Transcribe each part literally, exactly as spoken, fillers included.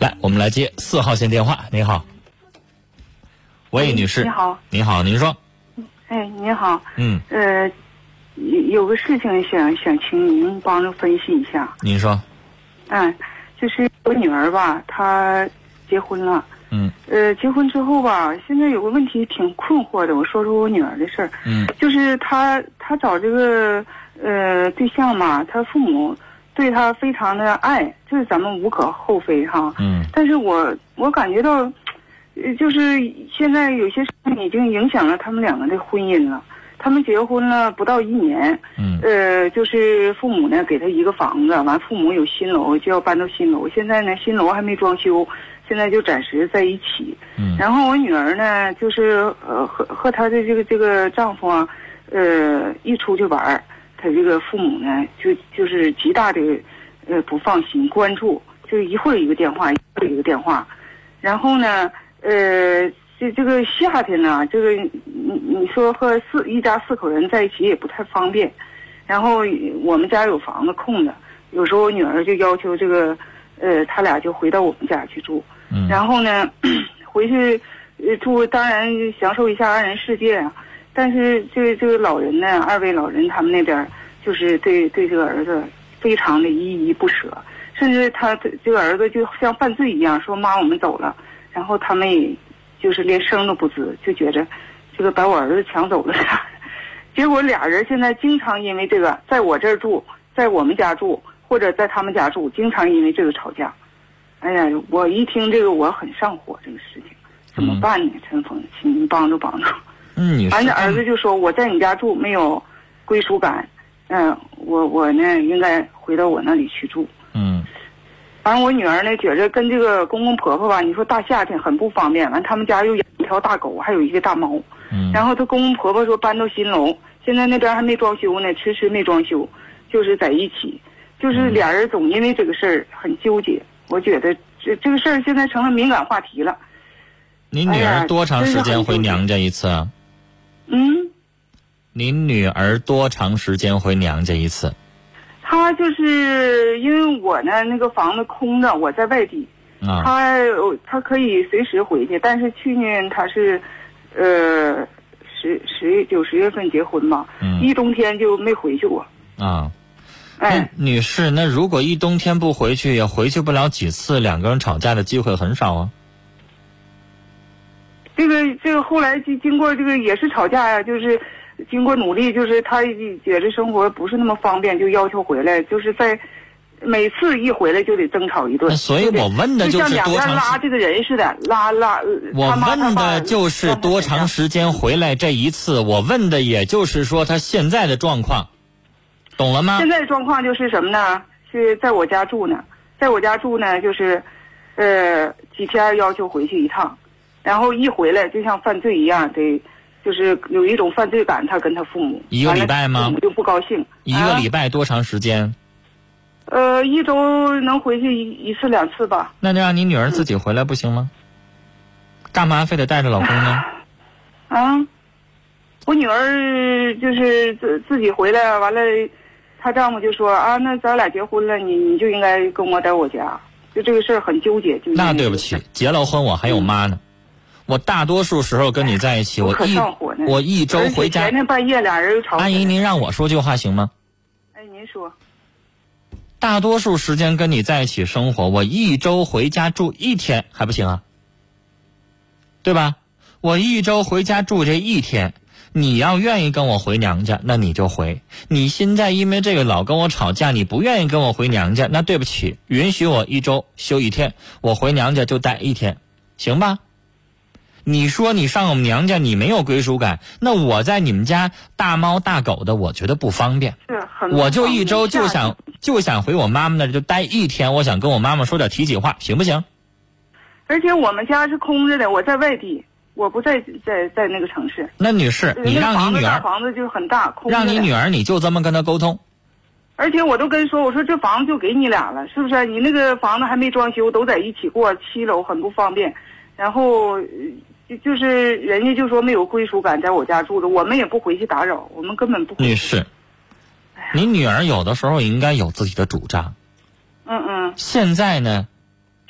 来，我们来接四号线电话。你好，喂，女士。 你好。 你好，您说。 哎，你好。 嗯。 呃，有个事情想想请您帮着分析一下。 您说。 嗯，就是我女儿吧，她结婚了。 嗯。 呃，结婚之后吧，现在有个问题挺困惑的，我说说我女儿的事儿。 嗯。 就是她她找这个呃对象嘛，她父母对她非常的爱，这是咱们无可厚非哈。 嗯。 但是我我感觉到，呃，就是现在有些事情已经影响了他们两个的婚姻了。他们结婚了不到一年， 嗯， 呃，就是父母呢给他一个房子，完父母有新楼就要搬到新楼，现在呢新楼还没装修，现在就暂时在一起。 嗯， 然后我女儿呢，就是呃和和她的这个这个丈夫啊，呃一出去玩，她这个父母呢就就是极大的呃不放心关注，就一会儿一个电话，一会儿一个电话，然后呢呃。这这个夏天呢，这个你你说和四一家四口人在一起也不太方便，然后我们家有房子空的，有时候我女儿就要求这个，呃，他俩就回到我们家去住， 嗯， 然后呢，回去呃住，当然享受一下二人世界啊，但是这这个老人呢，二位老人他们那边就是对对这个儿子非常的依依不舍，甚至他这个儿子就像犯罪一样，说妈我们走了，然后他们也。就是连声都不吱，就觉着这个把我儿子抢走了啥，结果俩人现在经常因为这个在我这儿住，在我们家住，或者在他们家住，经常因为这个吵架。哎呀，我一听这个我很上火，这个事情怎么办呢？陈峰，请您帮助帮助。 嗯， 反正儿子就说我在你家住没有归属感，嗯，我我呢应该回到我那里去住。 嗯。 反正我女儿呢，觉着跟这个公公婆婆吧，你说大夏天很不方便。完，他们家又养一条大狗，还有一个大猫。 嗯。 然后她公公婆婆说搬到新楼，现在那边还没装修呢，迟迟没装修，就是在一起，就是俩人总因为这个事儿很纠结。我觉得这这个事儿现在成了敏感话题了。 您女儿多长时间回娘家一次啊？ 嗯。 您女儿多长时间回娘家一次？ 他就是因为我呢，那个房子空着，我在外地， 啊， 他他可以随时回去，但是去年他是，呃，十十九十月份结婚嘛， 嗯， 一冬天就没回去过。 啊， 哎， 女士，那如果一冬天不回去，也回去不了几次，两个人吵架的机会很少啊。 这个这个后来经经过这个也是吵架呀，就是。经过努力，就是他觉得生活不是那么方便，就要求回来，就是在每次一回来就得争吵一顿。 所以我问的就是多长时间，就像两边拉这个人似的，拉拉。 我问的就是多长时间回来这一次，我问的也就是说他现在的状况，懂了吗？ 现在的状况就是什么呢？是在我家住呢，在我家住呢，就是呃几天要求回去一趟，然后一回来就像犯罪一样得。就是有一种犯罪感，他跟他父母一个礼拜吗？ 父母就不高兴。 一个礼拜多长时间？ 啊、呃，一周能回去一一次两次吧。 那就让你女儿自己回来不行吗？嗯、干嘛非得带着老公呢？ 啊，我女儿就是自自己回来，完了，她丈夫就说啊，那咱俩结婚了，你你就应该跟我在我家，就这个事儿很纠结。就那对不起，结了婚我还有妈呢。嗯，我大多数时候跟你在一起，我一我一周回家。 前天半夜俩人又吵。 阿姨，您让我说句话行吗？ 哎，您说。 大多数时间跟你在一起生活，我一周回家住一天还不行啊？对吧？我一周回家住这一天，你要愿意跟我回娘家，那你就回。你现在因为这个老跟我吵架，你不愿意跟我回娘家，那对不起，允许我一周休一天，我回娘家就待一天，行吧？你说你上我们娘家你没有归属感，那我在你们家大猫大狗的，我觉得不方便。 是很我就一周就想就想回我妈妈那儿就待一天，我想跟我妈妈说点体己话，行不行？ 而且我们家是空着的，我在外地，我不在在在那个城市。 那女士，你让你女儿房子就很大，空着让你女儿你就这么跟她沟通。 而且我都跟说，我说这房子就给你俩了，是不是？你那个房子还没装修，都在一起过，七楼很不方便。然后。就是人家就说没有归属感，在我家住着，我们也不回去打扰，我们根本不回去。 女士，你女儿有的时候应该有自己的主张。 嗯嗯。 现在呢，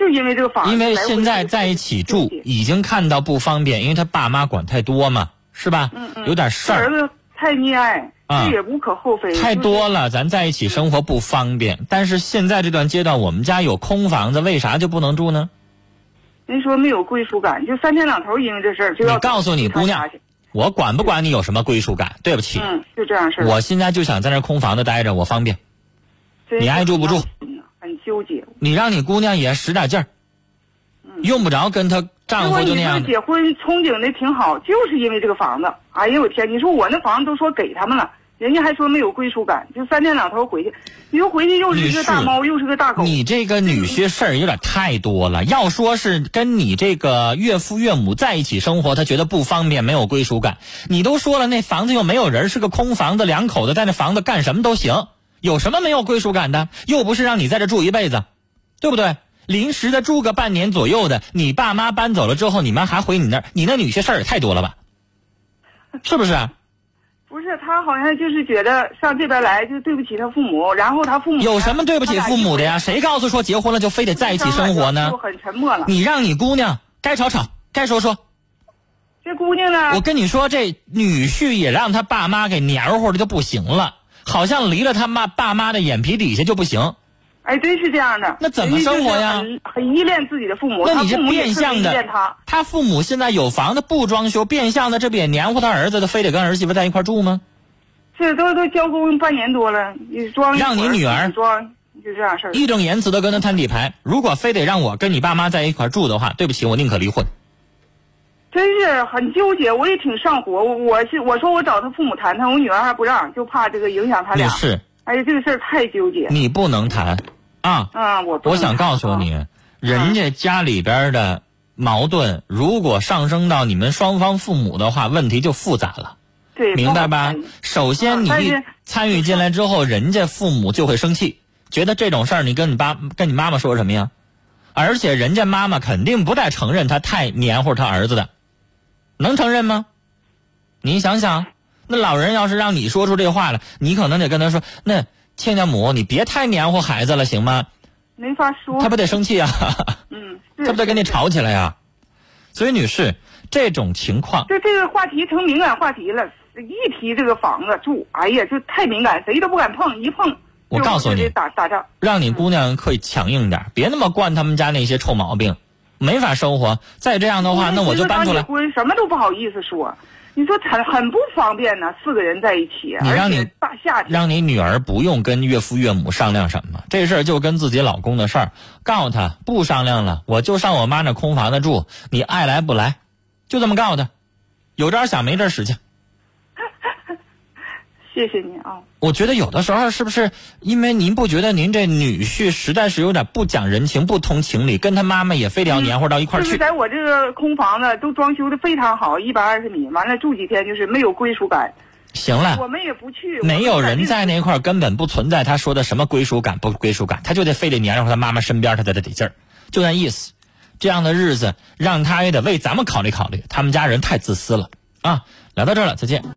就因为这个房子。 因为现在在一起住，已经看到不方便，因为他爸妈管太多嘛，是吧？ 嗯嗯。 有点事儿。 儿子太溺爱， 啊、 这也无可厚非。 太多了，咱在一起生活不方便。嗯、但是现在这段阶段，我们家有空房子，为啥就不能住呢？ 人说没有归属感，就三天两头因为这事儿就要。 你告诉你姑娘，我管不管你有什么归属感？对不起， 嗯，就这样事儿。 我现在就想在那空房子待着，我方便。你爱住不住？ 很纠结。 你让你姑娘也使点劲儿，嗯、用不着跟她丈夫就那样。 结婚憧憬的挺好，就是因为这个房子。哎呦我天！你说我那房子都说给他们了。人家还说没有归属感，就三天两头回去，你说回去又是一个大猫，又是个大狗。 你这个女婿事儿有点太多了。要说是跟你这个岳父岳母在一起生活，他觉得不方便，没有归属感。你都说了，那房子又没有人，是个空房子，两口子在那房子干什么都行，有什么没有归属感的？又不是让你在这住一辈子，对不对？临时的住个半年左右的，你爸妈搬走了之后，你们还回你那儿，你那女婿事儿也太多了吧？是不是？ 不是，他好像就是觉得上这边来就对不起他父母，然后他父母有什么对不起父母的呀？谁告诉说结婚了就非得在一起生活呢？ 就很沉默了。 你让你姑娘该吵吵，该说说。 这姑娘呢？ 我跟你说，这女婿也让他爸妈给黏糊的就不行了，好像离了他妈爸妈的眼皮底下就不行。 哎，真是这样的。 那怎么生活呀？ 很, 很依恋自己的父母。 那你是变相的， 他, 他父母现在有房子不装修，变相的这不也黏糊他儿子的，非得跟儿媳妇在一块住吗？ 这都都交工半年多了，你装让你女儿装就这样事儿， 义正言辞的跟他摊底牌。如果非得让我跟你爸妈在一块住的话，对不起，我宁可离婚。 真是很纠结，我也挺上火。我我是我说我找他父母谈谈，我女儿还不让，就怕这个影响他俩。 是。 哎呀，这个事儿太纠结。 你不能谈。啊， 啊，我我想告诉你，啊、人家家里边的矛盾，如果上升到你们双方父母的话，问题就复杂了。 对， 明白吧？首先，你一参与进来之后，人家父母就会生气，觉得这种事儿你跟你爸、跟你妈妈说什么呀？而且人家妈妈肯定不带承认他太黏糊他儿子的，能承认吗？你想想，那老人要是让你说出这话了，你可能得跟他说那。亲家母，你别太黏糊孩子了，行吗？ 没法说， 他不得生气啊？ 嗯， 他不得跟你吵起来呀？所以，女士，这种情况， 就这个话题成敏感话题了。一提这个房子住，哎呀，就太敏感，谁都不敢碰，一碰我告诉你， 打打仗， 让你姑娘可以强硬点，别那么惯他们家那些臭毛病，没法生活。再这样的话，那我就搬出来。 结婚什么都不好意思说。你说很很不方便呢，四个人在一起， 你让你大夏天， 让你女儿不用跟岳父岳母商量什么，这事儿就跟自己老公的事儿，告诉他不商量了，我就上我妈那空房子住，你爱来不来，就这么告诉他，有这儿想没这儿使去。 谢谢你啊！ 我觉得有的时候是不是因为您不觉得您这女婿实在是有点不讲人情、不通情理，跟他妈妈也非得要黏糊到一块儿去？ 就是在我这个空房子都装修的非常好，一百二十米，完了住几天就是没有归属感。 行了， 我们也不去， 没有人在那块儿，根本不存在他说的什么归属感不归属感，他就得非得黏糊他妈妈身边，他在这得劲儿，就那意思。这样的日子让他也得为咱们考虑考虑，他们家人太自私了啊！聊到这儿了，再见。